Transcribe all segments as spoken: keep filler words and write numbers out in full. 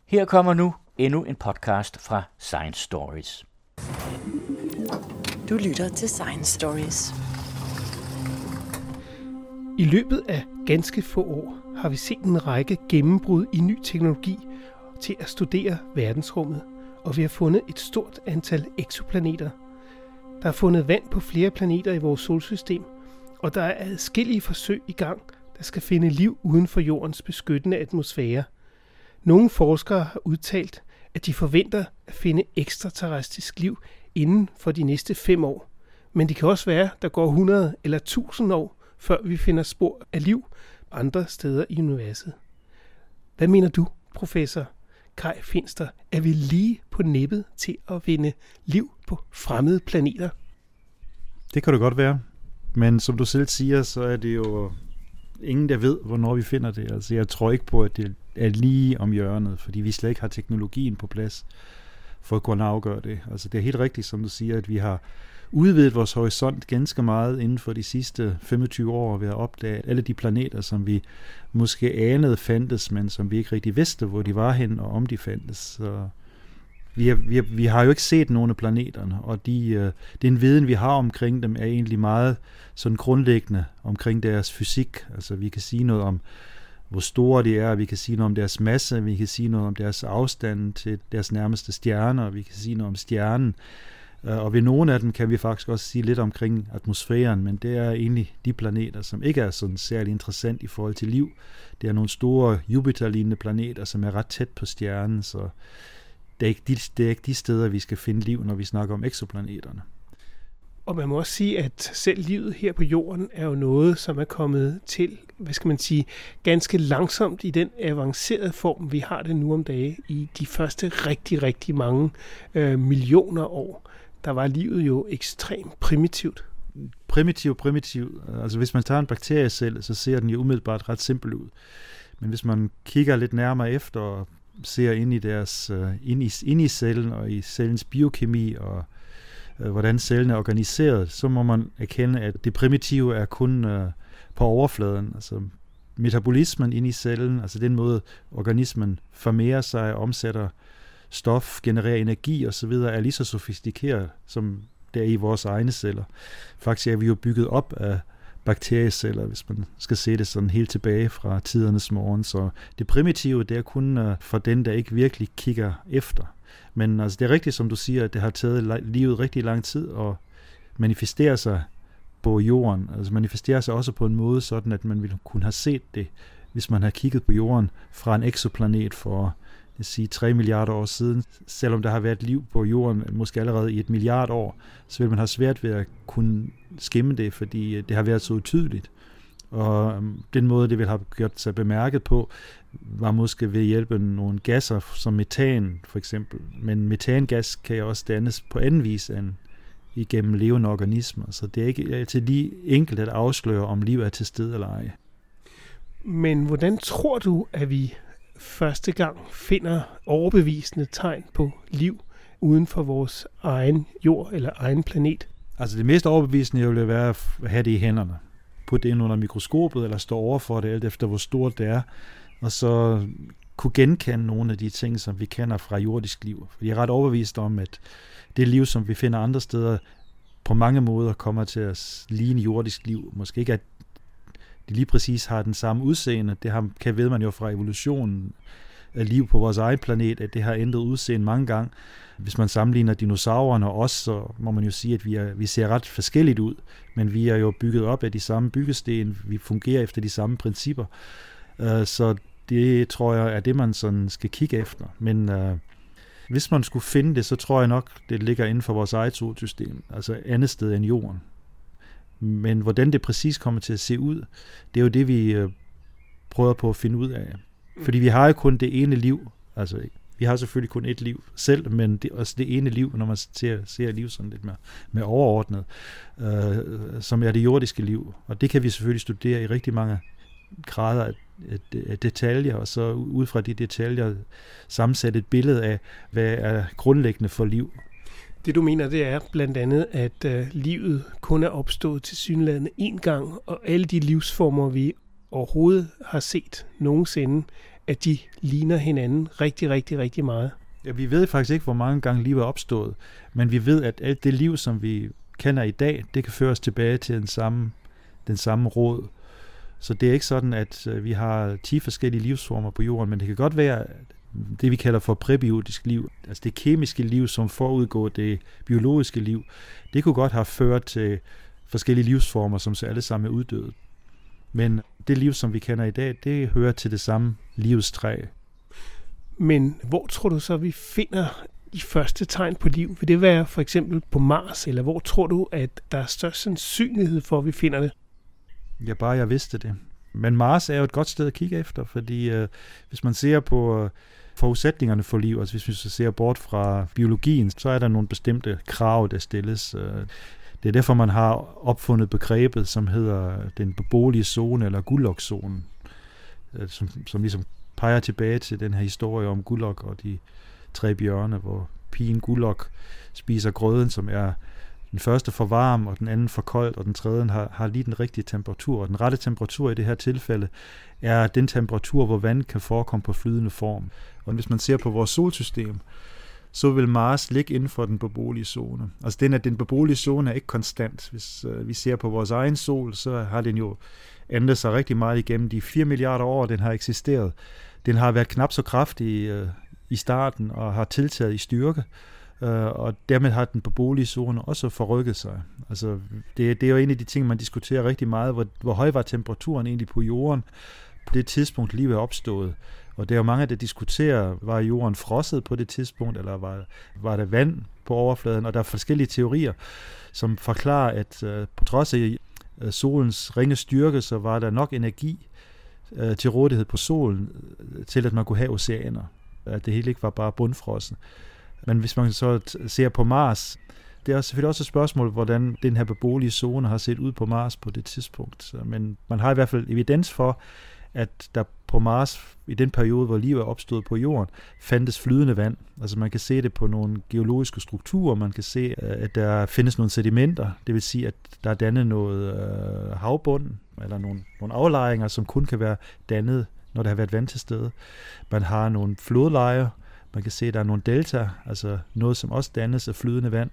Her kommer nu endnu en podcast fra Science Stories. Du lytter til Science Stories. I løbet af ganske få år har vi set en række gennembrud i ny teknologi til at studere verdensrummet, og vi har fundet et stort antal eksoplaneter. Der er fundet vand på flere planeter i vores solsystem, og der er adskillige forsøg i gang, der skal finde liv uden for jordens beskyttende atmosfære. Nogle forskere har udtalt, at de forventer at finde ekstraterrestrisk liv inden for de næste fem år. Men det kan også være, der går hundrede eller tusind år, før vi finder spor af liv andre steder i universet. Hvad mener du, professor Kai Finster? Er vi lige på nippet til at finde liv på fremmede planeter? Det kan det godt være. Men som du selv siger, så er det jo ingen, der ved, hvornår vi finder det. Altså, jeg tror ikke på, at det er lige om hjørnet, fordi vi slet ikke har teknologien på plads for at kunne afgøre det. Altså, det er helt rigtigt, som du siger, at vi har udvidet vores horisont ganske meget inden for de sidste femogtyve år ved at opdage alle de planeter, som vi måske anede fandtes, men som vi ikke rigtig vidste, hvor de var hen og om de fandtes. Så vi, er, vi, er, vi har jo ikke set nogen af planeterne, og de, øh, den viden, vi har omkring dem, er egentlig meget sådan grundlæggende omkring deres fysik. Altså vi kan sige noget om, hvor store de er, vi kan sige noget om deres masse, vi kan sige noget om deres afstand til deres nærmeste stjerner, vi kan sige noget om stjernen. Og ved nogle af dem kan vi faktisk også sige lidt omkring atmosfæren, men det er egentlig de planeter, som ikke er sådan særlig interessant i forhold til liv. Det er nogle store Jupiter-lignende planeter, som er ret tæt på stjernen, så det er ikke de, det er ikke de steder, vi skal finde liv, når vi snakker om eksoplaneterne. Og man må også sige, at selv livet her på jorden er jo noget, som er kommet til, hvad skal man sige, ganske langsomt i den avancerede form, vi har det nu om dage. I de første rigtig, rigtig mange øh, millioner år, der var livet jo ekstremt primitivt. Primitiv, primitiv. Altså hvis man tager en bakteriecelle, så ser den jo umiddelbart ret simpel ud. Men hvis man kigger lidt nærmere efter og ser ind i, deres, ind i, ind i cellen og i cellens biokemi og øh, hvordan cellen er organiseret, så må man erkende, at det primitive er kun øh, på overfladen. Altså metabolismen inde i cellen, altså den måde organismen formerer sig og omsætter stof, genererer energi osv., er lige så sofistikeret som det er i vores egne celler. Faktisk er vi jo bygget op af bakterieceller, hvis man skal se det sådan helt tilbage fra tidernes morgen. Så det primitive, det er kun for den, der ikke virkelig kigger efter. Men altså, det er rigtigt, som du siger, at det har taget livet rigtig lang tid at manifestere sig på jorden. Altså manifestere sig også på en måde, sådan at man ville kunne have set det, hvis man har kigget på jorden fra en eksoplanet for det sige tre milliarder år siden. Selvom der har været liv på jorden, måske allerede i et milliard år, så vil man have svært ved at kunne skimme det, fordi det har været så utydeligt. Og den måde, det vil have gjort sig bemærket på, var måske ved hjælp af nogle gasser, som metan for eksempel. Men metangas kan jo også dannes på anden vis end igennem levende organismer, så det er ikke altid lige enkelt at afsløre, om liv er til stede eller ej. Men hvordan tror du, at vi første gang finder overbevisende tegn på liv uden for vores egen jord eller egen planet? Altså det mest overbevisende ville være at have det i hænderne. Putte det ind under mikroskopet eller stå over for det, alt efter hvor stort det er, og så kunne genkende nogle af de ting, som vi kender fra jordisk liv. For jeg er ret overbevist om, at det liv, som vi finder andre steder, på mange måder kommer til at ligne jordisk liv. Måske ikke, at de lige præcis har den samme udseende. Det har, kan ved man jo fra evolutionen af liv på vores egen planet, at det har ændret udseende mange gange. Hvis man sammenligner dinosaurerne og os, så må man jo sige, at vi, er, vi ser ret forskelligt ud, men vi er jo bygget op af de samme byggesten, vi fungerer efter de samme principper. Så det tror jeg er det, man sådan skal kigge efter. Men uh, hvis man skulle finde det, så tror jeg nok, det ligger inden for vores eget solsystem, altså andet sted end jorden. Men hvordan det præcis kommer til at se ud, det er jo det, vi uh, prøver på at finde ud af. Fordi vi har jo kun det ene liv, altså vi har selvfølgelig kun et liv selv, men det er også det ene liv, når man ser, ser liv sådan lidt mere, mere overordnet, øh, som er det jordiske liv. Og det kan vi selvfølgelig studere i rigtig mange grader af, af, af detaljer, og så ud fra de detaljer sammensætte et billede af, hvad er grundlæggende for liv. Det du mener, det er blandt andet, at øh, livet kun er opstået tilsyneladende én gang, og alle de livsformer, vi overhovedet har set nogensinde, at de ligner hinanden rigtig, rigtig, rigtig meget? Ja, vi ved faktisk ikke, hvor mange gange liv er opstået, men vi ved, at alt det liv, som vi kender i dag, det kan føres tilbage til den samme, den samme rod. Så det er ikke sådan, at vi har ti forskellige livsformer på jorden, men det kan godt være det, vi kalder for præbiotisk liv, altså det kemiske liv, som forudgår det biologiske liv. Det kunne godt have ført til forskellige livsformer, som så alle sammen er uddøde. Men det liv, som vi kender i dag, det hører til det samme livets træ. Men hvor tror du så, vi finder de første tegn på liv? Vil det være for eksempel på Mars, eller hvor tror du, at der er størst sandsynlighed for, at vi finder det? Ja, bare jeg vidste det. Men Mars er jo et godt sted at kigge efter, fordi øh, hvis man ser på øh, forudsætningerne for liv, altså hvis vi så ser bort fra biologien, så er der nogle bestemte krav, der stilles. Øh, det er derfor, man har opfundet begrebet, som hedder den beboelige zone, eller Gulock-zonen, øh, som, som ligesom peger tilbage til den her historie om Gulock og de tre bjørne, hvor pigen Gulock spiser grøden, som er den første for varm, og den anden for kold, og den tredje har, har lige den rigtige temperatur. Og den rette temperatur i det her tilfælde er den temperatur, hvor vand kan forekomme på flydende form. Og hvis man ser på vores solsystem, så vil Mars ligge inden for den beboelige zone. Altså den, at den beboelige zone er ikke konstant. Hvis øh, vi ser på vores egen sol, så har den jo ændret sig rigtig meget igennem de fire milliarder år, den har eksisteret. Den har været knap så kraftig øh, i starten, og har tiltaget i styrke. Uh, og dermed har den beboelige zone også forrykket sig. Altså, det, det er jo en af de ting, man diskuterer rigtig meget, hvor, hvor høj var temperaturen egentlig på jorden på det tidspunkt, livet er opstået. Og der er jo mange, der diskuterer, var jorden frosset på det tidspunkt, eller var, var der vand på overfladen, og der er forskellige teorier, som forklarer, at uh, på trods af uh, solens ringe styrke, så var der nok energi uh, til rådighed på solen, uh, til at man kunne have oceaner. At det hele ikke var bare bundfrossen. Men hvis man så ser på Mars, det er selvfølgelig også et spørgsmål, hvordan den her beboelige zone har set ud på Mars på det tidspunkt. Men man har i hvert fald evidens for, at der på Mars, i den periode, hvor livet er opstået på jorden, fandtes flydende vand. Altså man kan se det på nogle geologiske strukturer, man kan se, at der findes nogle sedimenter, det vil sige, at der er dannet noget øh, havbund, eller nogle, nogle aflejringer, som kun kan være dannet, når der har været vand til stede. Man har nogle flodlejer. Man kan se, at der er nogle delta, altså noget, som også dannes af flydende vand.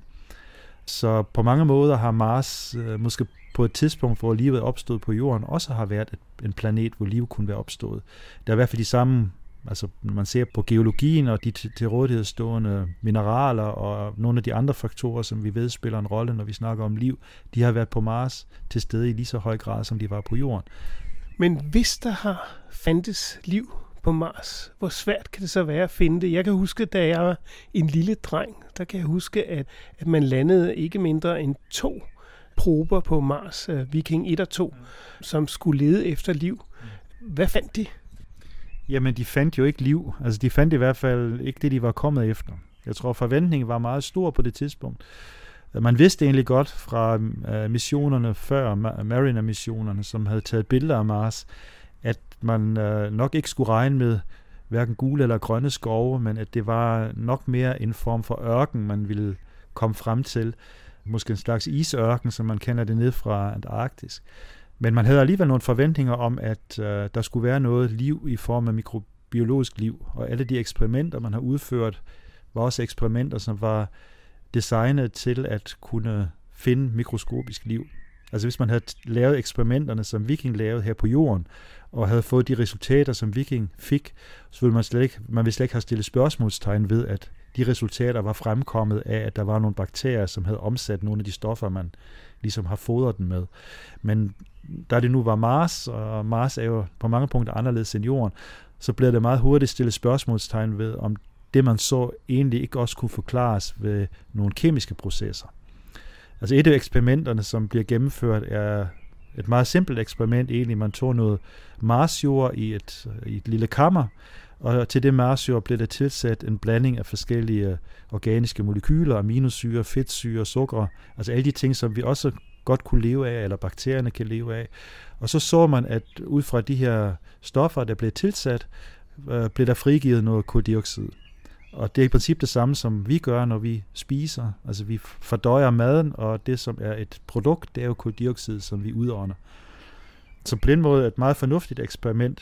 Så på mange måder har Mars, øh, måske på et tidspunkt, hvor livet er opstået på jorden, også har været et, en planet, hvor liv kunne være opstået. Der er i hvert fald de samme, altså når man ser på geologien og de til rådighed stående mineraler og nogle af de andre faktorer, som vi ved spiller en rolle, når vi snakker om liv, de har været på Mars til stede i lige så høj grad, som de var på jorden. Men hvis der har fandtes liv på Mars, hvor svært kan det så være at finde det? Jeg kan huske, da jeg var en lille dreng, der kan jeg huske, at, at man landede ikke mindre end to prober på Mars, uh, Viking et og to, som skulle lede efter liv. Hvad fandt de? Jamen, de fandt jo ikke liv. Altså, de fandt i hvert fald ikke det, de var kommet efter. Jeg tror, forventningen var meget stor på det tidspunkt. Man vidste egentlig godt fra uh, missionerne før, Mariner-missionerne, som havde taget billeder af Mars, at man øh, nok ikke skulle regne med hverken gule eller grønne skove, men at det var nok mere en form for ørken, man ville komme frem til. Måske en slags isørken, som man kender det ned fra Antarktis. Men man havde alligevel nogle forventninger om, at øh, der skulle være noget liv i form af mikrobiologisk liv. Og alle de eksperimenter, man har udført, var også eksperimenter, som var designet til at kunne finde mikroskopisk liv. Altså hvis man havde lavet eksperimenterne, som Viking lavede her på jorden, og havde fået de resultater, som Viking fik, så ville man slet ikke, man ville slet ikke have stillet spørgsmålstegn ved, at de resultater var fremkommet af, at der var nogle bakterier, som havde omsat nogle af de stoffer, man ligesom har fodret den med. Men da det nu var Mars, og Mars er jo på mange punkter anderledes end jorden, så blev det meget hurtigt stillet spørgsmålstegn ved, om det man så egentlig ikke også kunne forklares ved nogle kemiske processer. Altså et af eksperimenterne, som bliver gennemført, er et meget simpelt eksperiment egentlig. Man tog noget marsjord i et, i et lille kammer, og til det marsjord blev der tilsat en blanding af forskellige organiske molekyler, aminosyre, fedtsyre, sukker, altså alle de ting, som vi også godt kunne leve af, eller bakterierne kan leve af. Og så så man, at ud fra de her stoffer, der blev tilsat, øh, blev der frigivet noget koldioxid. Og det er i princippet det samme, som vi gør, når vi spiser. Altså vi fordøjer maden, og det, som er et produkt, det er jo koldioxid, som vi udånder. Så på den måde et meget fornuftigt eksperiment.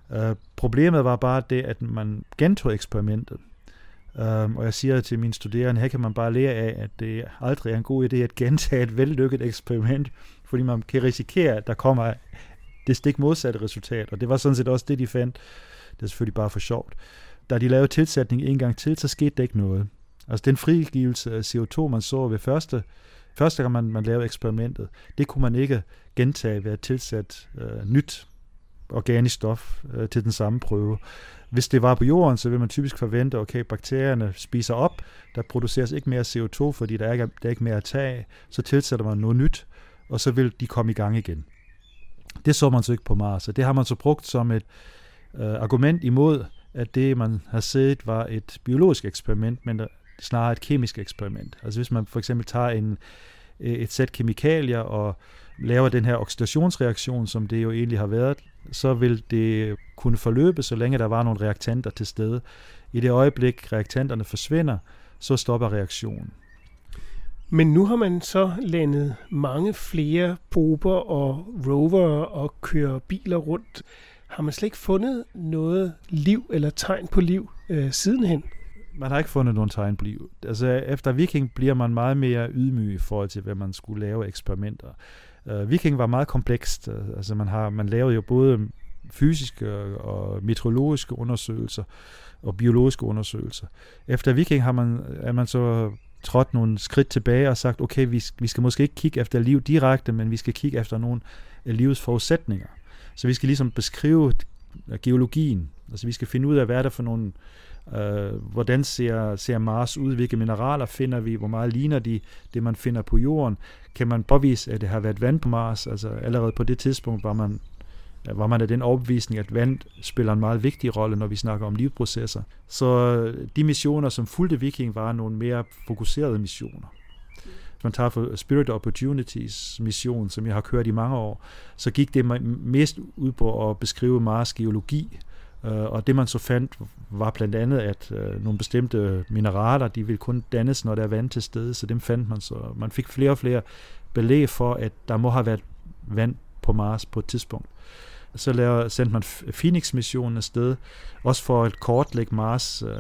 Uh, problemet var bare det, at man gentog eksperimentet. Um, og jeg siger til mine studerende, her kan man bare lære af, at det aldrig er en god idé at gentage et vellykket eksperiment, fordi man kan risikere, at der kommer det stik modsatte resultat. Og det var sådan set også det, de fandt. Det er selvfølgelig bare for sjovt. Da de lavede tilsætning en gang til, så skete der ikke noget. Altså den frigivelse af C O to, man så ved første, første gang, man, man lavede eksperimentet, det kunne man ikke gentage ved at tilsætte øh, nyt organisk stof øh, til den samme prøve. Hvis det var på jorden, så vil man typisk forvente, okay, bakterierne spiser op, der produceres ikke mere C O to, fordi der er ikke, der er ikke mere at tage, så tilsætter man noget nyt, og så vil de komme i gang igen. Det så man så ikke på Mars, og det har man så brugt som et øh, argument imod, at det, man har set, var et biologisk eksperiment, men snarere et kemisk eksperiment. Altså hvis man for eksempel tager en, et sæt kemikalier og laver den her oxidationsreaktion, som det jo egentlig har været, så vil det kunne forløbe, så længe der var nogle reaktanter til stede. I det øjeblik, reaktanterne forsvinder, så stopper reaktionen. Men nu har man så landet mange flere prober og rover og kører biler rundt. Har man slet ikke fundet noget liv eller tegn på liv øh, sidenhen? Man har ikke fundet nogen tegn på liv. Altså efter Viking bliver man meget mere ydmyg i forhold til, hvad man skulle lave eksperimenter. Uh, Viking var meget komplekst. Altså man har man lavede jo både fysiske og meteorologiske undersøgelser og biologiske undersøgelser. Efter Viking har man er man så trådt nogle skridt tilbage og sagt, okay, vi, vi skal måske ikke kigge efter liv direkte, men vi skal kigge efter nogle af livets forudsætninger. Så vi skal ligesom beskrive geologien. Altså vi skal finde ud af, hvad er der for nogle, øh, hvordan ser, ser Mars ud, hvilke mineraler finder vi, hvor meget ligner de, det man finder på jorden. Kan man påvise, at det har været vand på Mars? Altså allerede på det tidspunkt var man, var man af den overbevisning, at vand spiller en meget vigtig rolle, når vi snakker om livsprocesser. Så de missioner, som fulgte Viking, var nogle mere fokuserede missioner. Hvis man tager for Spirit Opportunities mission, som jeg har kørt i mange år, så gik det mest ud på at beskrive Mars geologi. Og det man så fandt, var blandt andet, at nogle bestemte mineraler, de vil kun dannes, når der er vand til stede, så dem fandt man så. Man fik flere og flere belæg for, at der må have været vand på Mars på et tidspunkt. Så lavede, sendte man Phoenix-missionen afsted, også for at kortlægge Mars øh,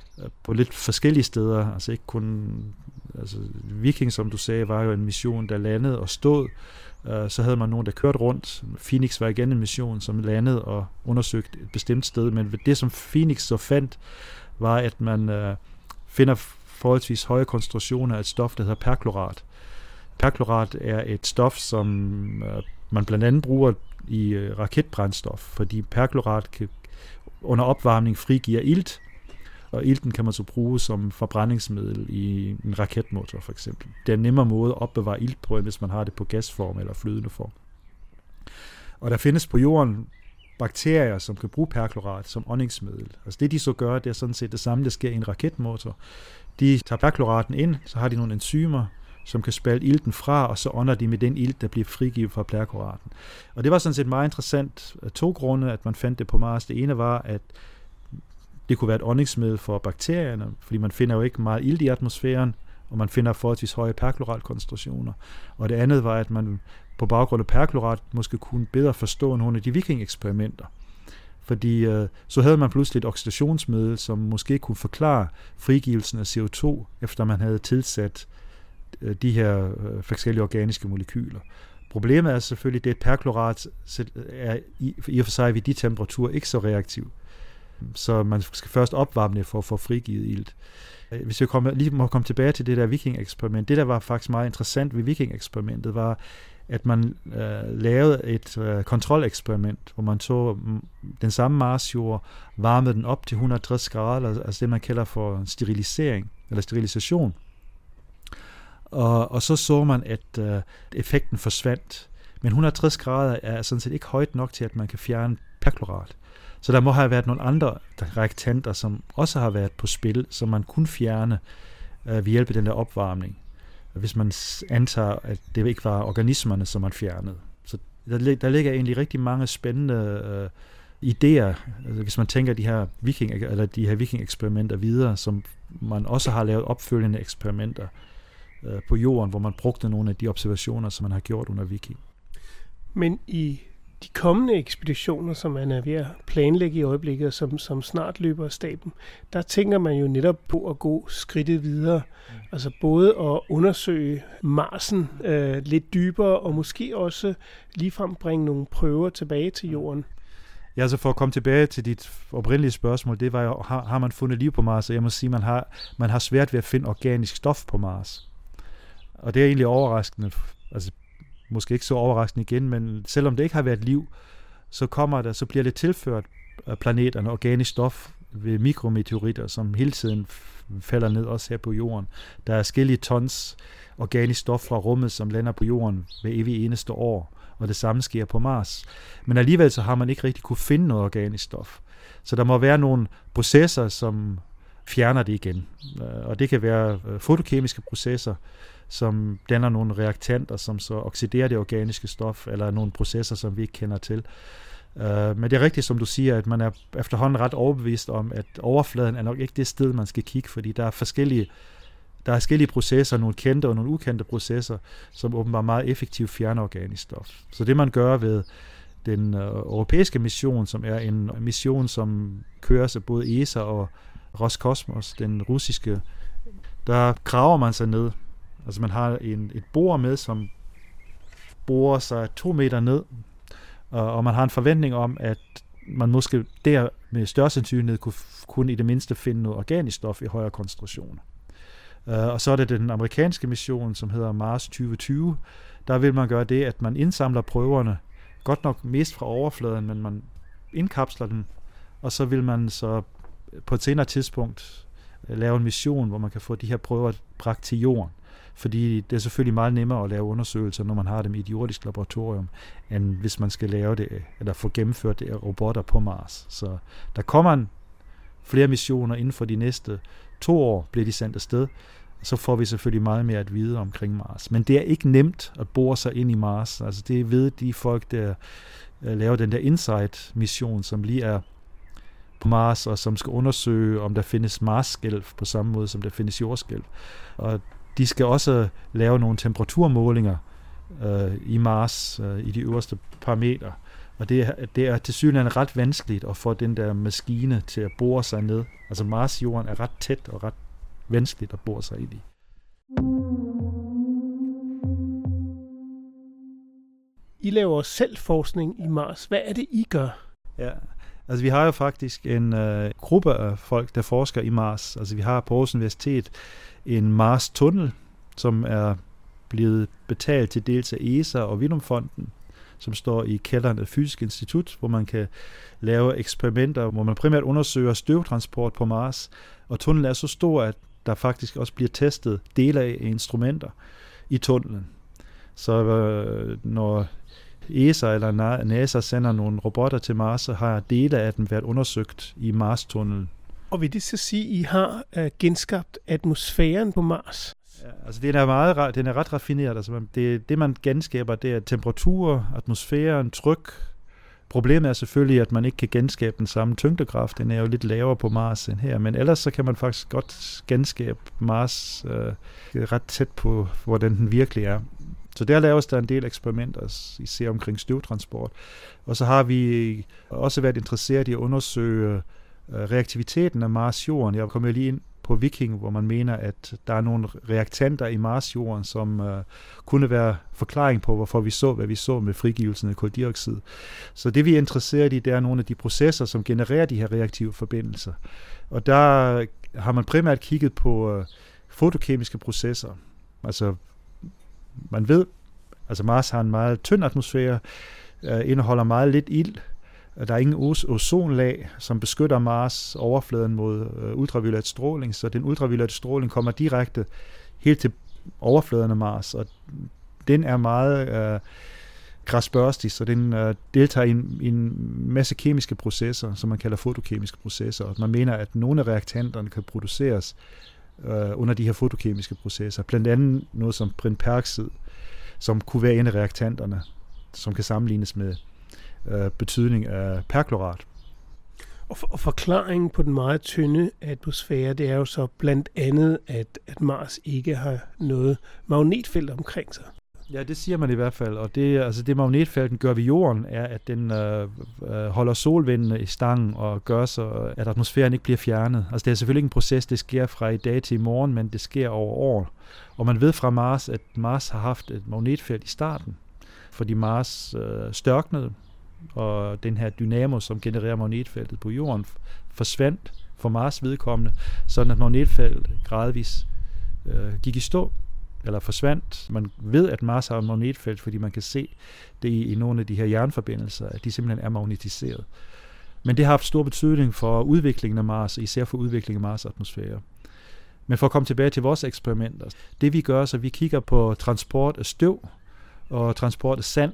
på lidt forskellige steder. Altså ikke kun altså Viking, som du sagde, var jo en mission, der landede og stod. Uh, så havde man nogen, der kørte rundt. Phoenix var igen en mission, som landede og undersøgte et bestemt sted. Men det, som Phoenix så fandt, var, at man uh, finder forholdsvis høje koncentrationer af et stof, der hedder perchlorat. Perchlorat er et stof, som uh, man blandt andet bruger i uh, raketbrændstof, fordi perchlorat kan, under opvarmning frigiver ilt, og ilten kan man så bruge som forbrændingsmiddel i en raketmotor for eksempel. Det er en nemmere måde at opbevare ilt på, end hvis man har det på gasform eller flydende form. Og der findes på jorden bakterier, som kan bruge perchlorat som åndingsmiddel. Altså det de så gør, det er sådan set det samme, der sker i en raketmotor. De tager perchloraten ind, så har de nogle enzymer, som kan spalte ilten fra, og så ånder de med den ilt, der bliver frigivet fra perchloraten. Og det var sådan set meget interessant af to grunde, at man fandt det på Mars. Det ene var, at det kunne være et åndingsmiddel for bakterierne, fordi man finder jo ikke meget ilt i atmosfæren, og man finder forholdsvis høje perchloratkoncentrationer. Og det andet var, at man på baggrund af perchlorat måske kunne bedre forstå nogle af de Viking-eksperimenter. Fordi øh, så havde man pludselig et oxidationsmiddel, som måske kunne forklare frigivelsen af C O to, efter man havde tilsat øh, de her øh, forskellige organiske molekyler. Problemet er selvfølgelig, at perchlorat er i, i og for sig ved de temperaturer ikke så reaktiv. Så man skal først opvarme det for at få frigivet ilt. Hvis jeg kommer, lige må komme tilbage til det der Viking-eksperiment, det der var faktisk meget interessant ved Viking-eksperimentet, var, at man øh, lavede et øh, kontroleksperiment, hvor man tog mm, den samme Mars-jord, varmede den op til et hundrede og tres grader, altså det man kalder for sterilisering, eller sterilisation. Og, og så så man, at øh, effekten forsvandt. Men et hundrede og tres grader er sådan set ikke højt nok til, at man kan fjerne perchlorat. Så der må have været nogle andre reaktanter, som også har været på spil, som man kunne fjerne øh, ved hjælp af den der opvarmning, hvis man antager, at det ikke var organismerne, som man fjernede. Så der, der ligger egentlig rigtig mange spændende øh, idéer, altså, hvis man tænker de her viking eller de her viking-eksperimenter videre, som man også har lavet opfølgende eksperimenter øh, på jorden, hvor man brugte nogle af de observationer, som man har gjort under Viking. Men i de kommende ekspeditioner, som man er ved at planlægge i øjeblikket, og som, som snart løber af stablen, der tænker man jo netop på at gå skridtet videre. Mm. Altså både at undersøge Marsen øh, lidt dybere, og måske også ligefrem bringe nogle prøver tilbage til jorden. Ja, altså for at komme tilbage til dit oprindelige spørgsmål, det var jo, har, har man fundet liv på Mars? Og jeg må sige, man har, man har svært ved at finde organisk stof på Mars. Og det er egentlig overraskende, altså måske ikke så overraskende igen, men selvom det ikke har været liv, så kommer der, så bliver det tilført af planeterne organisk stof ved mikrometeoritter, som hele tiden falder ned også her på jorden. Der er forskellige tons organisk stof fra rummet, som lander på jorden hver evig eneste år, og det samme sker på Mars. Men alligevel så har man ikke rigtig kunne finde noget organisk stof. Så der må være nogle processer, som fjerner det igen. Og det kan være fotokemiske processer, som danner nogle reaktanter, som så oxiderer det organiske stof, eller nogle processer, som vi ikke kender til. Uh, men det er rigtigt, som du siger, at man er efterhånden ret overbevist om, at overfladen er nok ikke det sted, man skal kigge, fordi der er forskellige, der er forskellige processer, nogle kendte og nogle ukendte processer, som åbenbart meget effektivt fjerner organisk stof. Så det man gør ved den uh, europæiske mission, som er en mission, som køres af både E S A og Roskosmos, den russiske, der graver man sig ned. Altså man har en, et bor med, som borer sig to meter ned, og, og man har en forventning om, at man måske der med større sandsynlighed kunne, kunne i det mindste finde noget organisk stof i højere koncentrationer. Uh, og så er det den amerikanske mission, som hedder Mars tyve tyve. Der vil man gøre det, at man indsamler prøverne, godt nok mest fra overfladen, men man indkapsler dem, og så vil man så på et senere tidspunkt lave en mission, hvor man kan få de her prøver bragt til jorden. Fordi det er selvfølgelig meget nemmere at lave undersøgelser, når man har dem i et jordisk laboratorium, end hvis man skal lave det, eller få gennemført det af robotter på Mars. Så der kommer en flere missioner inden for de næste to år, bliver de sendt afsted. Så får vi selvfølgelig meget mere at vide omkring Mars. Men det er ikke nemt at bore sig ind i Mars. Altså det ved de folk, der laver den der InSight-mission, som lige er på Mars, og som skal undersøge, om der findes Mars-skælv på samme måde, som der findes jordskælv. Og de skal også lave nogle temperaturmålinger øh, i Mars øh, i de øverste parametre. Og det er, det er tilsyneladende ret vanskeligt at få den der maskine til at bore sig ned. Altså Mars-jorden er ret tæt og ret vanskeligt at bore sig ind i. I laver selv forskning i Mars. Hvad er det, I gør? Ja, altså vi har jo faktisk en øh, gruppe af folk, der forsker i Mars. Altså vi har på Aarhus Universitet en Mars-tunnel, som er blevet betalt til dels af E S A og Vidumfonden, som står i kælderen af Fysisk Institut, hvor man kan lave eksperimenter, hvor man primært undersøger støvtransport på Mars. Og tunnelen er så stor, at der faktisk også bliver testet dele af instrumenter i tunnelen. Så øh, når E S A eller NASA sender nogle robotter til Mars, så har dele af dem været undersøgt i Mars-tunnelen. Og vil det så sige, at I har uh, genskabt atmosfæren på Mars? Ja, altså den er, meget, den er ret raffineret. Altså det, det man genskaber, det er temperatur, atmosfæren, tryk. Problemet er selvfølgelig, at man ikke kan genskabe den samme tyngdekraft. Den er jo lidt lavere på Mars end her, men ellers så kan man faktisk godt genskabe Mars øh, ret tæt på, hvordan den virkelig er. Så der laves der en del eksperimenter, især omkring støvtransport. Og så har vi også været interesseret i at undersøge reaktiviteten af Mars-jorden. Jeg kommer lige ind på Viking, hvor man mener, at der er nogle reaktanter i Mars-jorden, som uh, kunne være forklaring på, hvorfor vi så, hvad vi så med frigivelsen af koldioxid. Så det, vi er interesseret i, det er nogle af de processer, som genererer de her reaktive forbindelser. Og der har man primært kigget på uh, fotokemiske processer. Altså, man ved, altså Mars har en meget tynd atmosfære, uh, indeholder meget lidt ild. Der er ingen ozonlag, som beskytter Mars overfladen mod øh, ultraviolet stråling, så den ultraviolette stråling kommer direkte helt til overfladen af Mars, og den er meget øh, græsbørstig, så den øh, deltager i en, i en masse kemiske processer, som man kalder fotokemiske processer, og man mener, at nogle af reaktanterne kan produceres øh, under de her fotokemiske processer, blandt andet noget som brinperoxid, som kunne være en af reaktanterne, som kan sammenlignes med betydning af perklorat. Og, for, og forklaringen på den meget tynde atmosfære, det er jo så blandt andet, at, at Mars ikke har noget magnetfelt omkring sig. Ja, det siger man i hvert fald, og det, altså det magnetfelten gør ved jorden, er, at den øh, øh, holder solvindene i stangen og gør så, at atmosfæren ikke bliver fjernet. Altså det er selvfølgelig ikke en proces, det sker fra i dag til i morgen, men det sker over år. Og man ved fra Mars, at Mars har haft et magnetfelt i starten, fordi Mars øh, størknede, og den her dynamo, som genererer magnetfeltet på jorden, forsvandt for Mars vedkommende, sådan at magnetfeltet gradvis øh, gik i stå, eller forsvandt. Man ved, at Mars har et magnetfelt, fordi man kan se det i, i nogle af de her jernforbindelser, at de simpelthen er magnetiseret. Men det har haft stor betydning for udviklingen af Mars, især for udviklingen af Mars' atmosfære. Men for at komme tilbage til vores eksperimenter, det vi gør, så vi kigger på transport af støv og transport af sand,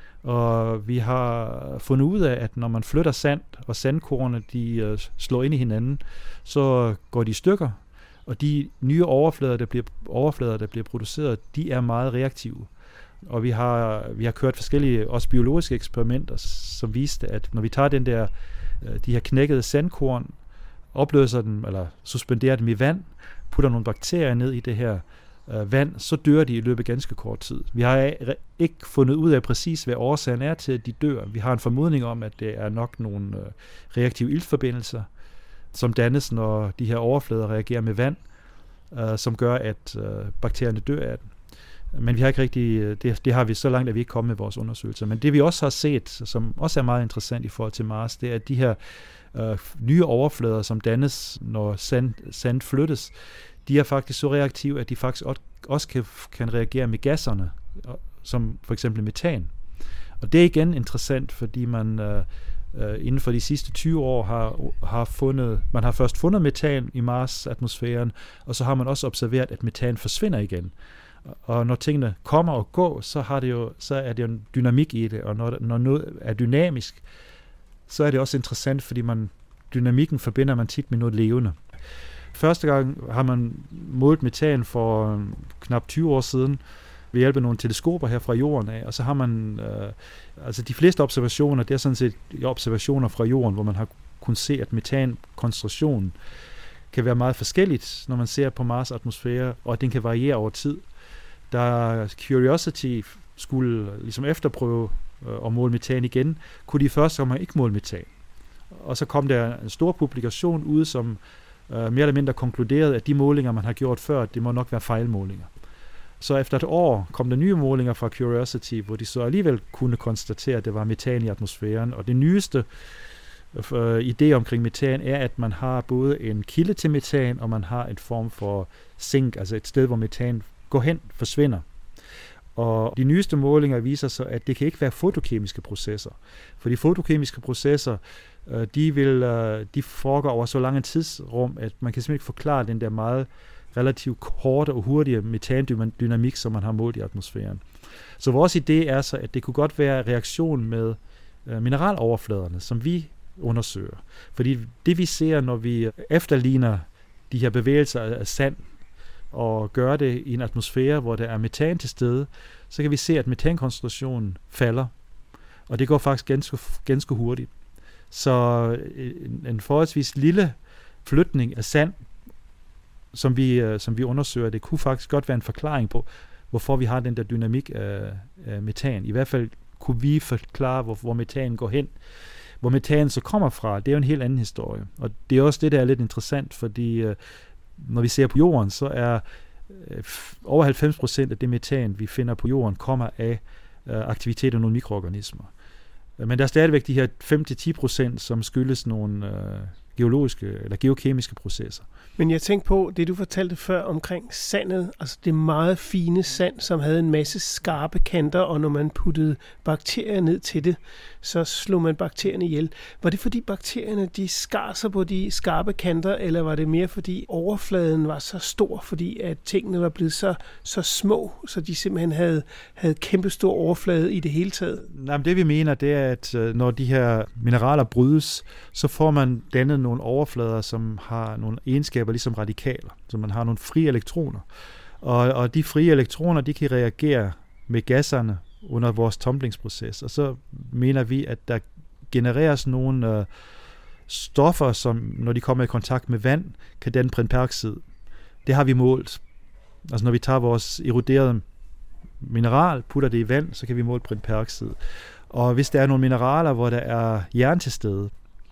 og vi har fundet ud af, at når man flytter sand, og sandkornene de uh, slår ind i hinanden, så går de i stykker, og de nye overflader, der bliver, overflader, der bliver produceret, de er meget reaktive. Og vi har, vi har kørt forskellige også biologiske eksperimenter, som viste, at når vi tager den der, de her knækkede sandkorn, opløser dem, eller suspenderer dem i vand, putter nogle bakterier ned i det her øh, vand, så dør de i løbet af ganske kort tid. Vi har ikke fundet ud af præcis, hvad årsagen er til, at de dør. Vi har en formodning om, at det er nok nogle øh, reaktive iltforbindelser, som dannes, når de her overflader reagerer med vand, øh, som gør, at øh, bakterierne dør af den. Men vi har ikke rigtig, det, det har vi så langt, at vi ikke kommet med vores undersøgelser. Men det vi også har set, som også er meget interessant i forhold til Mars, det er, at de her øh, nye overflader, som dannes, når sand, sand flyttes, de er faktisk så reaktive, at de faktisk også kan, kan reagere med gasserne, som for eksempel metan. Og det er igen interessant, fordi man øh, øh, inden for de sidste tyve år har, har fundet, man har først fundet metan i Mars-atmosfæren, og så har man også observeret, at metan forsvinder igen. Og når tingene kommer og går, så, har det jo, så er det jo en dynamik i det, og når, når noget er dynamisk, så er det også interessant, fordi man, dynamikken forbinder man tit med noget levende. Første gang har man målt metan for knap tyve år siden ved hjælp af nogle teleskoper her fra jorden af, og så har man, øh, altså de fleste observationer, det er sådan set observationer fra jorden, hvor man har kunnet se, at metankoncentrationen kan være meget forskelligt, når man ser på Mars' atmosfære, og at den kan variere over tid. Da Curiosity skulle ligesom efterprøve øh, at måle metan igen, kunne de først som ikke måle metan. Og så kom der en stor publikation ud, som øh, mere eller mindre konkluderede, at de målinger, man har gjort før, det må nok være fejlmålinger. Så efter et år kom der nye målinger fra Curiosity, hvor de så alligevel kunne konstatere, at det var metan i atmosfæren. Og det nyeste øh, idé omkring metan er, at man har både en kilde til metan, og man har en form for sink, altså et sted, hvor metan går hen, forsvinder. Og de nyeste målinger viser så, at det kan ikke være fotokemiske processer. For de fotokemiske processer, de, vil, de foregår over så lange tidsrum, at man kan simpelthen ikke forklare den der meget relativt korte og hurtige metandynamik, som man har målt i atmosfæren. Så vores idé er så, at det kunne godt være reaktion med mineraloverfladerne, som vi undersøger. Fordi det vi ser, når vi efterligner de her bevægelser af sand, og gøre det i en atmosfære, hvor der er metan til stede, så kan vi se, at metankoncentrationen falder. Og det går faktisk ganske, ganske hurtigt. Så en, en forholdsvis lille flytning af sand, som vi, som vi undersøger, det kunne faktisk godt være en forklaring på, hvorfor vi har den der dynamik af, af metan. I hvert fald kunne vi forklare, hvor, hvor metan går hen. Hvor metan så kommer fra, det er jo en helt anden historie. Og det er også det, der er lidt interessant, fordi når vi ser på jorden, så er øh, over halvfems procent af det metan, vi finder på jorden, kommer af øh, aktivitet af nogle mikroorganismer. Men der er stadigvæk de her fem til ti procent, som skyldes nogle øh, geologiske eller geokemiske processer. Men jeg tænkte på det, du fortalte før omkring sandet, altså det meget fine sand, som havde en masse skarpe kanter, og når man puttede bakterier ned til det, så slog man bakterierne ihjel. Var det fordi bakterierne, de skar sig på de skarpe kanter, eller var det mere fordi overfladen var så stor, fordi at tingene var blevet så, så små, så de simpelthen havde, havde kæmpestor overflade i det hele taget? Nej, men det vi mener, det er, at når de her mineraler brydes, så får man dannet nogle overflader, som har nogle egenskaber ligesom radikaler, så man har nogle frie elektroner. Og, og de frie elektroner, de kan reagere med gasserne under vores tumblingsproces. Og så mener vi, at der genereres nogle øh, stoffer, som når de kommer i kontakt med vand, kan danne brinperoxid. Det har vi målt. Altså når vi tager vores eroderede mineral, putter det i vand, så kan vi måle brintperoxid. Og hvis der er nogle mineraler, hvor der er jern til stede,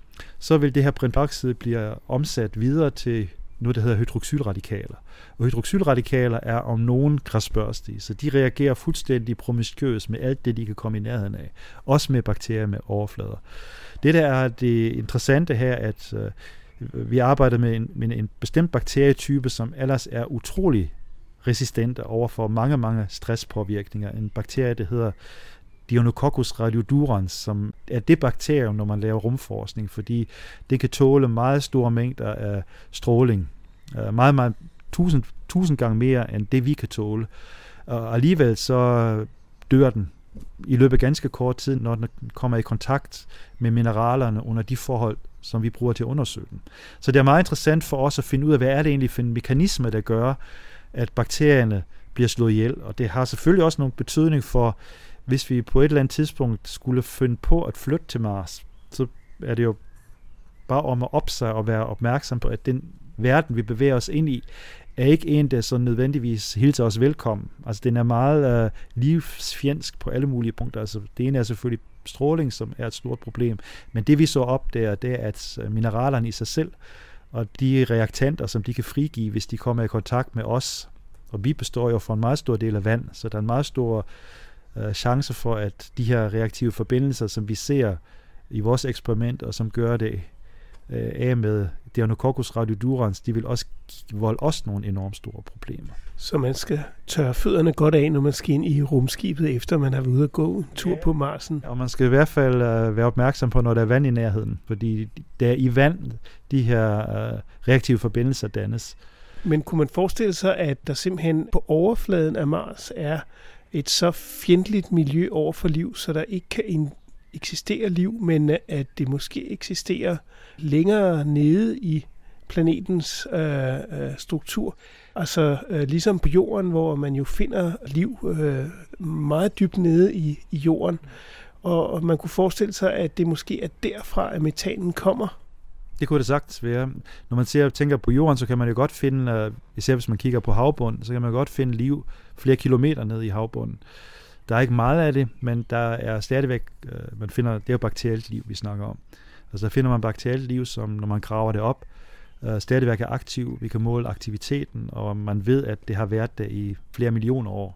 så vil det her brintperoxid blive omsat videre til noget, der hedder hydroxylradikaler. Og hydroxylradikaler er om nogen græsbørstige, så de reagerer fuldstændig promiskuøst med alt det, de kan komme i nærheden af. Også med bakterier med overflader. Det der er det interessante her, at øh, vi arbejder med en, med en bestemt bakterietype, som ellers er utrolig resistente over for mange, mange stresspåvirkninger. En bakterie, der hedder Deinococcus radiodurans, som er det bakterium, når man laver rumforskning, fordi det kan tåle meget store mængder af stråling. Meget, meget tusind, tusind gange mere, end det vi kan tåle. Og alligevel så dør den i løbet af ganske kort tid, når den kommer i kontakt med mineralerne under de forhold, som vi bruger til at undersøge den. Så det er meget interessant for os at finde ud af, hvad er det egentlig for en mekanisme, der gør, at bakterierne bliver slået ihjel. Og det har selvfølgelig også nogle betydning for, hvis vi på et eller andet tidspunkt skulle finde på at flytte til Mars, så er det jo bare om at opsige og være opmærksom på, at den verden, vi bevæger os ind i, er ikke en, der så nødvendigvis hilser os velkommen. Altså, den er meget øh, livsfjendsk på alle mulige punkter. Altså, det ene er selvfølgelig stråling, som er et stort problem. Men det, vi så op der, det er, at mineralerne i sig selv, og de reaktanter, som de kan frigive, hvis de kommer i kontakt med os, og vi består jo for en meget stor del af vand, så der er en meget stor øh, chance for, at de her reaktive forbindelser, som vi ser i vores eksperiment, og som gør det øh, af med Deinococcus radiodurans, de vil også volde os nogle enormt store problemer. Så man skal tørre fødderne godt af, når man skal ind i rumskibet, efter man har været ude at gå en tur på Marsen. Og man skal i hvert fald uh, være opmærksom på, når der er vand i nærheden, fordi der er i vand, de her uh, reaktive forbindelser dannes. Men kunne man forestille sig, at der simpelthen på overfladen af Mars er et så fjendtligt miljø over for liv, så der ikke kan eksistere liv, men at det måske eksisterer længere nede i planetens øh, øh, struktur. Altså øh, ligesom på jorden, hvor man jo finder liv øh, meget dybt nede i, i jorden. Og, og man kunne forestille sig, at det måske er derfra, at metanen kommer. Det kunne det sagtens være. Når man ser, tænker på jorden, så kan man jo godt finde, uh, især hvis man kigger på havbunden, så kan man godt finde liv flere kilometer nede i havbunden. Der er ikke meget af det, men der er stadigvæk, uh, man finder, det er jo bakterielt liv, vi snakker om. Altså der finder man bakterielt liv, som når man graver det op, uh, stadigvæk er aktiv. Vi kan måle aktiviteten, og man ved, at det har været der i flere millioner år.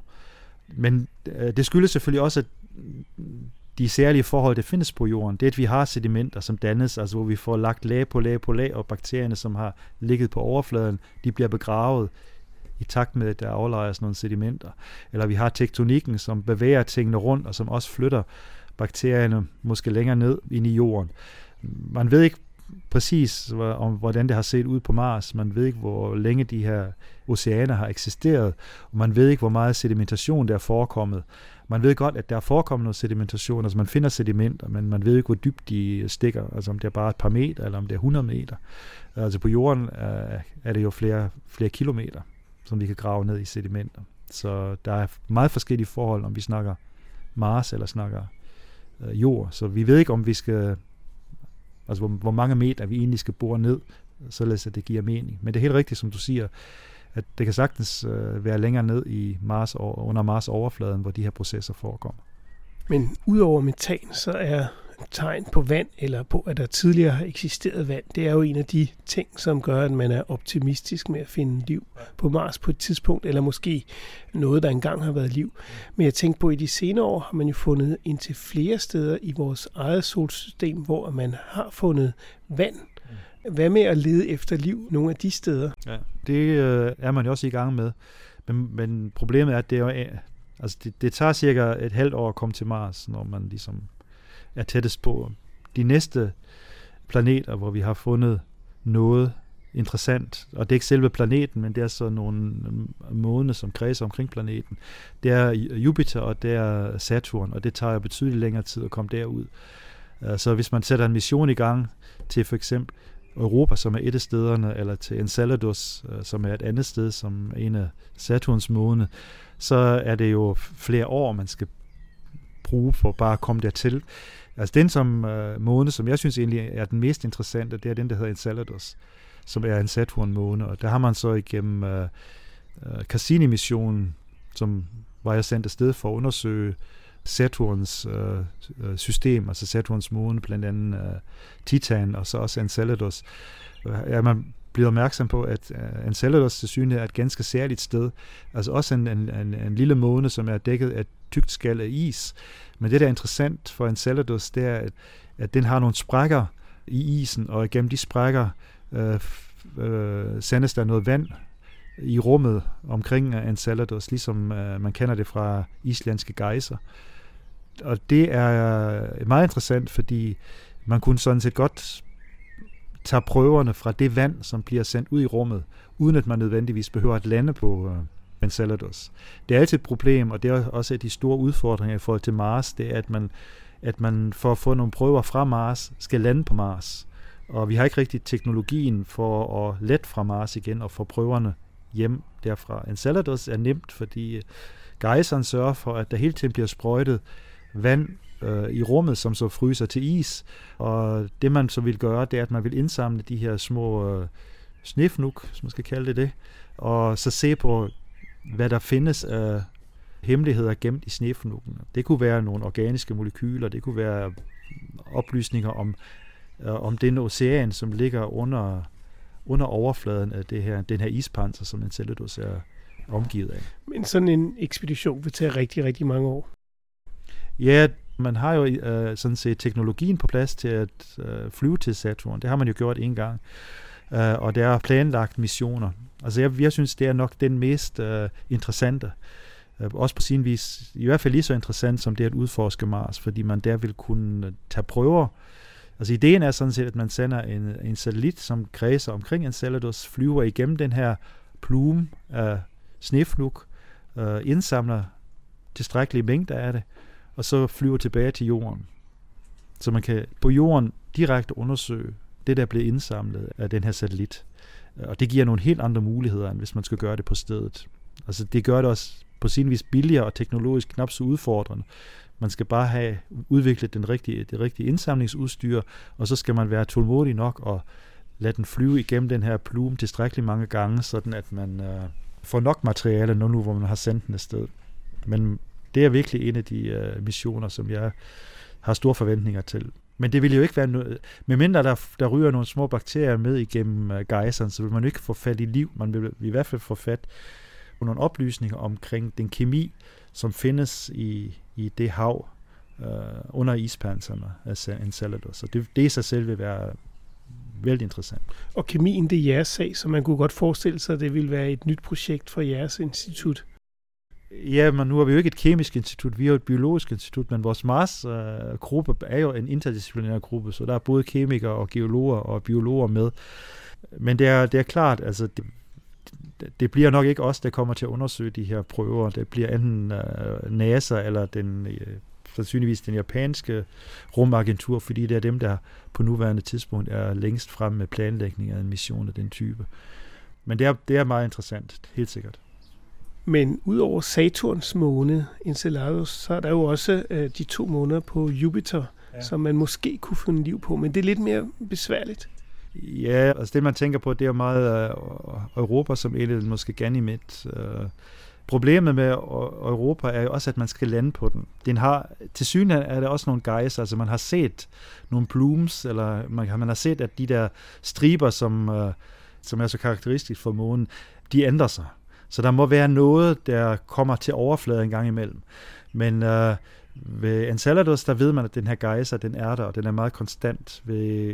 Men uh, det skyldes selvfølgelig også, at de særlige forhold, der findes på jorden, det er, at vi har sedimenter, som dannes, altså hvor vi får lagt lag på lag på lag, og bakterierne, som har ligget på overfladen, de bliver begravet i takt med, at der aflejres nogle sedimenter. Eller vi har tektonikken, som bevæger tingene rundt, og som også flytter bakterierne måske længere ned ind i jorden. Man ved ikke præcis, om hvordan det har set ud på Mars. Man ved ikke, hvor længe de her oceaner har eksisteret, og man ved ikke, hvor meget sedimentation der er forekommet. Man ved godt, at der er forekommet noget sedimentation, altså man finder sedimenter, men man ved ikke, hvor dybt de stikker, altså om det er bare et par meter, eller om det er hundrede meter. Altså på jorden er, er det jo flere, flere kilometer, som vi kan grave ned i sedimenter. Så der er meget forskellige forhold, om vi snakker Mars eller snakker øh, jord. Så vi ved ikke, om vi skal, altså hvor, hvor mange meter vi egentlig skal bore ned, således at det giver mening. Men det er helt rigtigt, som du siger, at det kan sagtens øh, være længere ned i Mars, under Mars overfladen, hvor de her processer forekommer. Men udover metan, så er tegn på vand, eller på, at der tidligere har eksisteret vand, det er jo en af de ting, som gør, at man er optimistisk med at finde liv på Mars på et tidspunkt, eller måske noget, der engang har været liv. Men jeg tænker på, at i de senere år har man jo fundet indtil flere steder i vores eget solsystem, hvor man har fundet vand. Hvad med at lede efter liv nogle af de steder? Ja, det øh, er man jo også i gang med. Men, men problemet er, at det, er jo, altså det, det tager cirka et halvt år at komme til Mars, når man ligesom er tættest på de næste planeter, hvor vi har fundet noget interessant. Og det er ikke selve planeten, men det er så nogle måner, som kredser omkring planeten. Det er Jupiter, og det er Saturn, og det tager jo betydeligt længere tid at komme derud. Så hvis man sætter en mission i gang til for eksempel Europa, som er et af stederne, eller til Enceladus, som er et andet sted, som er en af Saturns måne, så er det jo flere år, man skal bruge for bare at komme dertil. Altså den som uh, måne, som jeg synes egentlig er den mest interessante, det er den, der hedder Enceladus, som er en Saturn-måne, og der har man så igennem uh, uh, Cassini-missionen, som var jeg sendt afsted for at undersøge Saturns øh, system, altså Saturns måne, blandt andet øh, Titan og så også Enceladus. Er man blevet opmærksom på, at øh, Enceladus til syne er et ganske særligt sted. Altså også en, en, en, en lille måne, som er dækket af et tykt skal af is. Men det, der er interessant for Enceladus, det er, at, at den har nogle sprækker i isen, og igennem de sprækker øh, øh, sendes der noget vand i rummet omkring Enceladus, ligesom øh, man kender det fra islandske gejser. Og det er meget interessant, fordi man kunne sådan set godt tage prøverne fra det vand, som bliver sendt ud i rummet, uden at man nødvendigvis behøver at lande på øh, Enceladus. Det er altid et problem, og det er også et af de store udfordringer i forhold til Mars, det er, at man, at man for at få nogle prøver fra Mars, skal lande på Mars. Og vi har ikke rigtig teknologien for at lette fra Mars igen og få prøverne hjem derfra. Enceladus er nemt, fordi gejseren sørger for, at der hele tiden bliver sprøjtet vand øh, i rummet, som så fryser til is. Og det man så vil gøre, det er, at man vil indsamle de her små øh, snefnuk, som man skal kalde det det, og så se på, hvad der findes af hemmeligheder gemt i snefnukken. Det kunne være nogle organiske molekyler, det kunne være oplysninger om, øh, om den ocean, som ligger under, under overfladen af det her, den her ispanser, som Enceladus er omgivet af. Men sådan en ekspedition vil tage rigtig, rigtig mange år. Ja, man har jo øh, sådan set teknologien på plads til at øh, flyve til Saturn. Det har man jo gjort en gang. Øh, og der er planlagt missioner. Altså jeg, jeg synes, det er nok den mest øh, interessante. Øh, også på sin vis, i hvert fald lige så interessant som det at udforske Mars, fordi man der vil kunne tage prøver. Altså ideen er sådan set, at man sender en, en satellit, som kredser omkring Enceladus, flyver igennem den her plume af snefnuk, øh, indsamler tilstrækkelige mængder af det, og så flyver tilbage til jorden. Så man kan på jorden direkte undersøge det, der bliver indsamlet af den her satellit. Og det giver nogle helt andre muligheder, end hvis man skal gøre det på stedet. Altså det gør det også på sin vis billigere og teknologisk knap så udfordrende. Man skal bare have udviklet den rigtige, det rigtige indsamlingsudstyr, og så skal man være tålmodig nok og lade den flyve igennem den her plume tilstrækkeligt mange gange, sådan at man øh, får nok materiale, når nu hvor man har sendt den afsted. Men det er virkelig en af de øh, missioner, som jeg har store forventninger til. Men det vil jo ikke være noget, medmindre der, der ryger nogle små bakterier med igennem øh, gejseren, så vil man jo ikke få fat i liv. Man vil i hvert fald få fat på nogle oplysninger omkring den kemi, som findes i, i det hav øh, under ispanserne af Enceladus. Så det, det i sig selv vil være vældig interessant. Og kemien, det er jeres sag, så man kunne godt forestille sig, at det ville være et nyt projekt for jeres institut. Ja, men nu er vi jo ikke et kemisk institut, vi er jo et biologisk institut, men vores Mars-gruppe øh, er jo en interdisciplinær gruppe, så der er både kemikere og geologer og biologer med. Men det er, det er klart, altså det, det bliver nok ikke os, der kommer til at undersøge de her prøver. Det bliver enten øh, NASA eller den, øh, sandsynligvis den japanske rumagentur, fordi det er dem, der på nuværende tidspunkt er længst frem med planlægning af en mission af den type. Men det er, det er meget interessant, helt sikkert. Men udover Saturns måne, Enceladus, så er der jo også øh, de to måneder på Jupiter, ja, som man måske kunne finde liv på, men det er lidt mere besværligt. Ja, altså det man tænker på, det er meget øh, Europa som et eller måske Ganymed. Øh. Problemet med Europa er jo også, at man skal lande på den. Den har, til synligheden er der også nogle gejser, altså man har set nogle plumes, eller man, man har set, at de der striber, som, øh, som er så karakteristisk for månen, de ændrer sig. Så der må være noget, der kommer til overfladen en gang imellem. Men øh, ved Enceladus, der ved man, at den her gejser, den er der, og den er meget konstant. Ved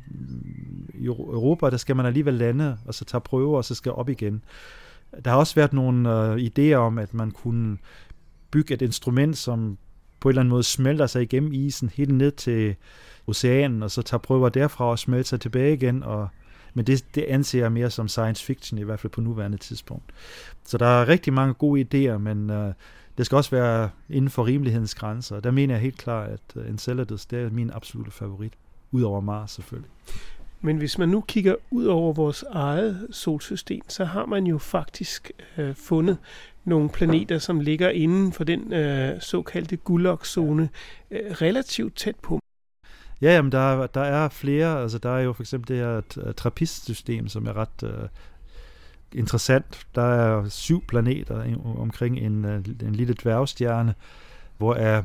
Europa, der skal man alligevel lande, og så tage prøver, og så skal op igen. Der har også været nogle øh, idéer om, at man kunne bygge et instrument, som på en eller anden måde smelter sig igennem isen, helt ned til oceanen, og så tager prøver derfra og smelter sig tilbage igen, og men det, det anser jeg mere som science fiction, i hvert fald på nuværende tidspunkt. Så der er rigtig mange gode idéer, men øh, det skal også være inden for rimelighedens grænser. Der mener jeg helt klart, at Enceladus, det er min absolutte favorit, udover Mars selvfølgelig. Men hvis man nu kigger ud over vores eget solsystem, så har man jo faktisk øh, fundet nogle planeter, som ligger inden for den øh, såkaldte Goldilocks-zone, øh, relativt tæt på. Ja, jamen der, der er flere, altså der er jo for eksempel det her trappist-system, som er ret, øh, interessant. Der er syv planeter omkring en, en lille dværgstjerne, hvor er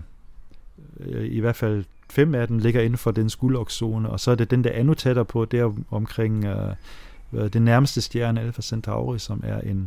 i hvert fald fem af dem ligger inden for den guldokzone, og så er det den, der er endnu tættere på, der omkring uh, den nærmeste stjerne, Alpha Centauri, som er en,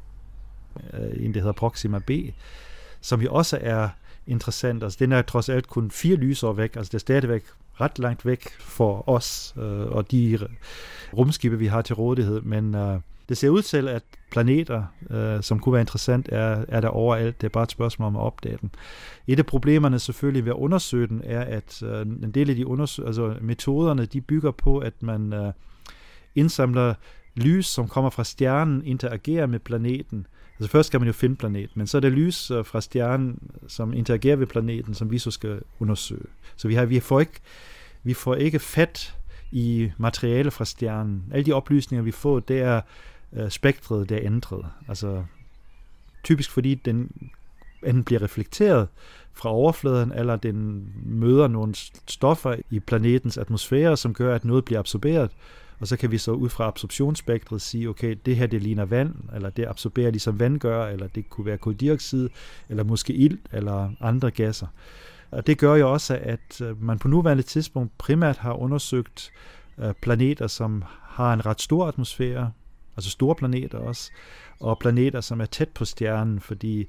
uh, en der hedder Proxima B, som jo også er interessant. Altså, den er trods alt kun fire lysår væk, altså det er stadigvæk ret langt væk for os uh, og de rumskibe, vi har til rådighed, men uh, det ser ud til, at planeter, øh, som kunne være interessant, er, er der overalt. Det er bare et spørgsmål om at opdage dem. Et af problemerne selvfølgelig ved at undersøge den, er, at øh, en del af de undersøg- altså, metoderne, de bygger på, at man øh, indsamler lys, som kommer fra stjernen, interagerer med planeten. Altså først skal man jo finde planeten, men så er det lys øh, fra stjernen, som interagerer med planeten, som vi så skal undersøge. Så vi, har, vi, får, ikke, vi får ikke fat i materiale fra stjernen. Alle de oplysninger, vi får, det er spektret, der er ændret. Altså typisk fordi den enten bliver reflekteret fra overfladen, eller den møder nogle stoffer i planetens atmosfære, som gør, at noget bliver absorberet, og så kan vi så ud fra absorptionsspektret sige, okay, det her det ligner vand, eller det absorberer ligesom vand gør, eller det kunne være koldioxid, eller måske ilt, eller andre gasser. Og det gør jo også, at man på nuværende tidspunkt primært har undersøgt planeter, som har en ret stor atmosfære, altså store planeter også, og planeter, som er tæt på stjernen, fordi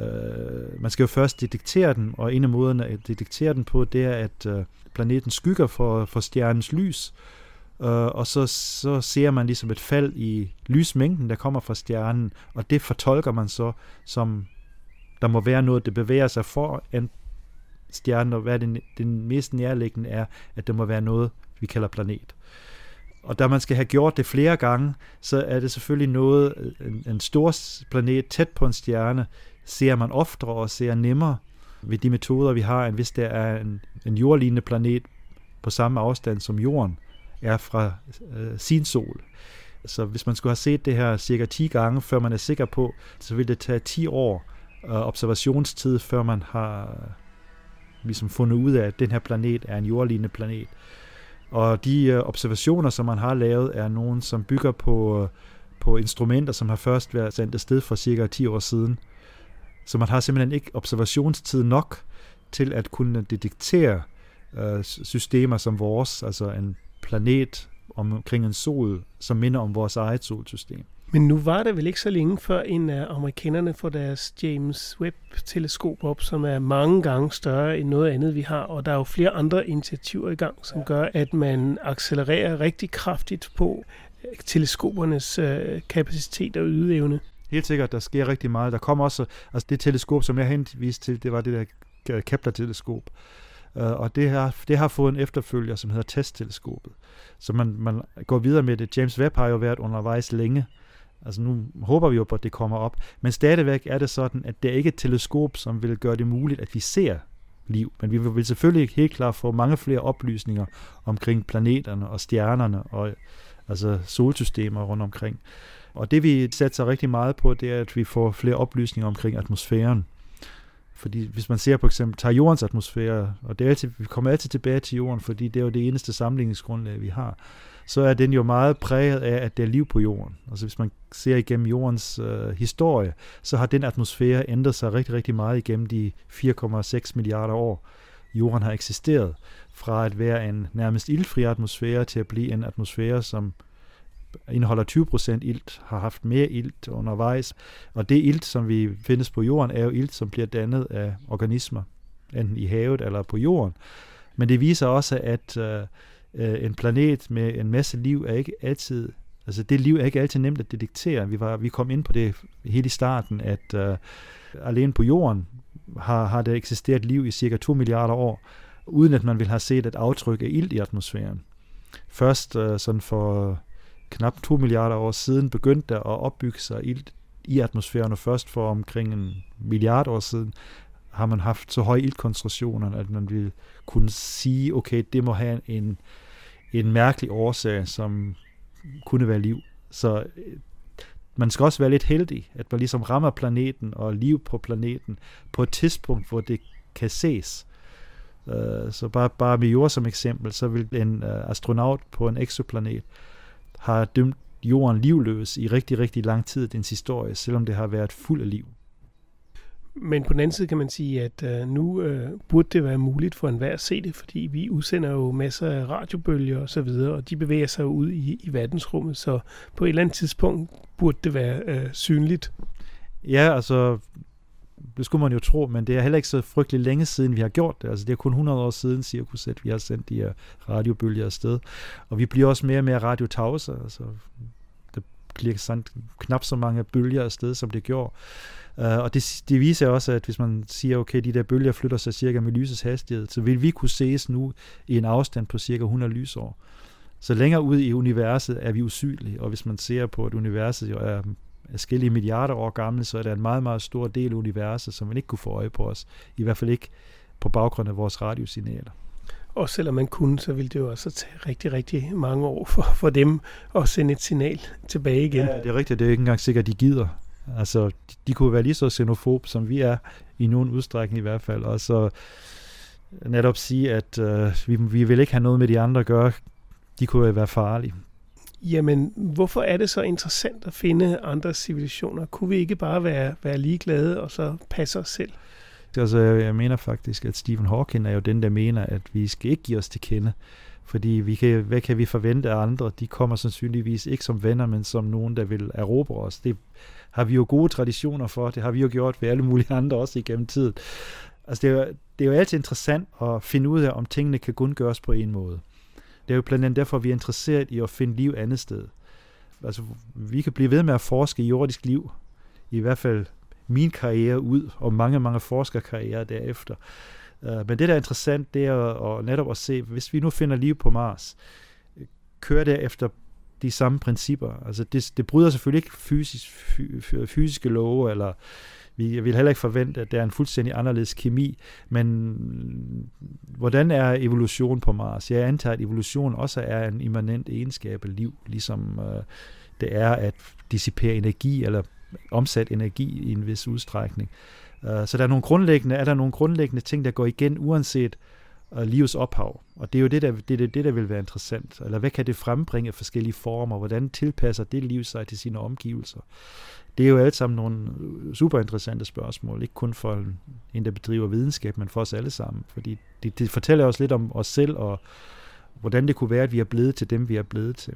øh, man skal jo først detektere den, og en af måderne at detektere den på, det er, at øh, planeten skygger for, for stjernens lys, øh, og så, så ser man ligesom et fald i lysmængden, der kommer fra stjernen, og det fortolker man så, som der må være noget, der bevæger sig for en stjerne, og hvad den, den mest nærliggende er, at det må være noget, vi kalder planet. Og da man skal have gjort det flere gange, så er det selvfølgelig noget, en, en stor planet tæt på en stjerne, ser man oftere og ser nemmere ved de metoder, vi har, end hvis der er en, en jordlignende planet på samme afstand som jorden er fra øh, sin sol. Så hvis man skulle have set det her cirka ti gange, før man er sikker på, så vil det tage ti år øh, observationstid, før man har ligesom fundet ud af, at den her planet er en jordlignende planet. Og de øh, observationer, som man har lavet, er nogle, som bygger på, øh, på instrumenter, som har først været sendt afsted for cirka ti år siden. Så man har simpelthen ikke observationstid nok til at kunne detektere øh, systemer som vores, altså en planet omkring en sol, som minder om vores eget solsystem. Men nu var det vel ikke så længe før en af amerikanerne får deres James Webb-teleskop op, som er mange gange større end noget andet, vi har. Og der er jo flere andre initiativer i gang, som gør, at man accelererer rigtig kraftigt på teleskopernes øh, kapacitet og ydeevne. Helt sikkert, der sker rigtig meget. Der kommer også, altså det teleskop, som jeg henviste til, det var det der Kepler-teleskop. Uh, og det har, det har fået en efterfølger, som hedder TESS-teleskopet. Så man, man går videre med det. James Webb har jo været undervejs længe. Altså nu håber vi jo på, at det kommer op. Men stadigvæk er det sådan, at det er ikke et teleskop, som vil gøre det muligt, at vi ser liv. Men vi vil selvfølgelig helt klart få mange flere oplysninger omkring planeterne og stjernerne og altså solsystemer rundt omkring. Og det vi sætter rigtig meget på, det er, at vi får flere oplysninger omkring atmosfæren. Fordi hvis man ser på eksempel, tager jordens atmosfære, og det er altid, vi kommer altid tilbage til jorden, fordi det er jo det eneste sammenligningsgrundlag, vi har, så er den jo meget præget af, at der er liv på jorden. Altså hvis man ser igennem jordens øh, historie, så har den atmosfære ændret sig rigtig, rigtig meget igennem de fire komma seks milliarder år, jorden har eksisteret, fra at være en nærmest iltfri atmosfære til at blive en atmosfære, som indeholder tyve procent ilt, har haft mere ilt undervejs. Og det ilt, som vi findes på jorden, er jo ilt, som bliver dannet af organismer, enten i havet eller på jorden. Men det viser også, at øh, en planet med en masse liv er ikke altid, altså det liv er ikke altid nemt at detektere. Vi, var, vi kom ind på det helt i starten, at øh, alene på jorden har, har der eksisteret liv i cirka to milliarder år, uden at man vil have set et aftryk af ilt i atmosfæren. Først øh, sådan for knap to milliarder år siden begyndte der at opbygge sig ilt i atmosfæren, og først for omkring en milliard år siden har man haft så høje iltkoncentrationer, at man vil kunne sige, okay, det må have en, en mærkelig årsag, som kunne være liv. Så man skal også være lidt heldig, at man ligesom rammer planeten og liv på planeten på et tidspunkt, hvor det kan ses. Så bare, bare med jord som eksempel, så vil en astronaut på en eksoplanet har jorden livløs i rigtig, rigtig lang tid af dens historie, selvom det har været fuld af liv. Men på den anden side kan man sige, at øh, nu øh, burde det være muligt for enhver at se det, fordi vi udsender jo masser af radiobølger og så videre, og de bevæger sig ud i, i verdensrummet, så på et eller andet tidspunkt burde det være øh, synligt. Ja, altså, det skulle man jo tro, men det er heller ikke så frygtelig længe siden, vi har gjort det. Altså, det er kun hundrede år siden, cirkus, at vi har sendt de her radiobølger afsted. Og vi bliver også mere og mere radiotavse. Altså, der bliver sendt knap så mange bølger afsted, som det gjorde. Uh, og det, det viser også, at hvis man siger, okay, de der bølger flytter sig cirka med lysets hastighed, så vil vi kunne ses nu i en afstand på cirka hundrede lysår. Så længere ud i universet er vi usynlige, og hvis man ser på, at universet jo er forskellige milliarder år gamle, så er der en meget, meget stor del af universet, som man ikke kunne få øje på os. I hvert fald ikke på baggrund af vores radiosignaler. Og selvom man kunne, så ville det jo også tage rigtig, rigtig mange år for, for dem at sende et signal tilbage igen. Ja, det er rigtigt. Det er ikke engang sikkert, de gider. Altså, de, de kunne være lige så xenofob, som vi er, i nogen udstrækning i hvert fald. Og så netop sige, at øh, vi, vi vil ikke have noget med de andre at gøre. De kunne være farlige. Jamen, hvorfor er det så interessant at finde andre civilisationer? Kunne vi ikke bare være, være ligeglade og så passe os selv? Altså, jeg mener faktisk, at Stephen Hawking er jo den, der mener, at vi skal ikke give os til kende. Fordi vi kan, hvad kan vi forvente af andre? De kommer sandsynligvis ikke som venner, men som nogen, der vil erobre os. Det har vi jo gode traditioner for. Det har vi jo gjort ved alle mulige andre også igennem tiden. Altså, det er jo, det er jo altid interessant at finde ud af, om tingene kan kun gøres på en måde. Det er jo blandt andet derfor, vi er interesseret i at finde liv andet sted. Altså, vi kan blive ved med at forske i jordisk liv. I hvert fald min karriere ud, og mange, mange forskerkarrierer derefter. Men det, der er interessant, det er at, netop at se, hvis vi nu finder liv på Mars, kører det efter de samme principper. Altså, det, det bryder selvfølgelig ikke fysisk, fysiske love, eller vi vil heller ikke forvente, at der er en fuldstændig anderledes kemi, men hvordan er evolution på Mars? Jeg antager, at evolution også er en immanent egenskab af liv, ligesom øh, det er at dissipere energi, eller omsætte energi i en vis udstrækning. Uh, så der er nogle grundlæggende, er der nogle grundlæggende ting, der går igen, uanset uh, livets ophav. Og det er jo det der, det, det, det, der vil være interessant. Eller hvad kan det frembringe af forskellige former? Hvordan tilpasser det liv sig til sine omgivelser? Det er jo alt sammen nogle super interessante spørgsmål. Ikke kun for en, der bedriver videnskab, men for os alle sammen. Fordi det, det fortæller os lidt om os selv, og hvordan det kunne være, at vi er blevet til dem, vi er blevet til.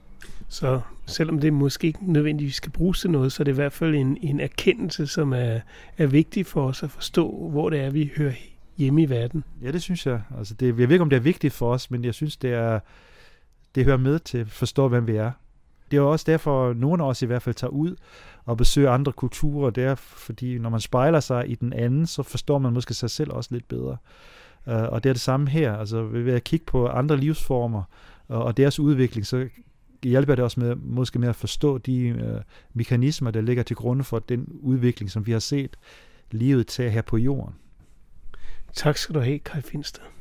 Så selvom det måske ikke nødvendigvis skal bruges til noget, så er det i hvert fald en, en erkendelse, som er, er vigtig for os at forstå, hvor det er, vi hører hjemme i verden. Ja, det synes jeg. Altså det, jeg ved ikke, om det er vigtigt for os, men jeg synes, det, er, det hører med til at forstå, hvem vi er. Det er jo også derfor, at nogle af os i hvert fald tager ud og besøger andre kulturer. Det er, fordi når man spejler sig i den anden, så forstår man måske sig selv også lidt bedre. Og det er det samme her. Altså ved at kigge på andre livsformer og deres udvikling, så hjælper det også med, måske med at forstå de øh, mekanismer, der ligger til grund for den udvikling, som vi har set livet tage her på jorden. Tak skal du have, Kai Finsted.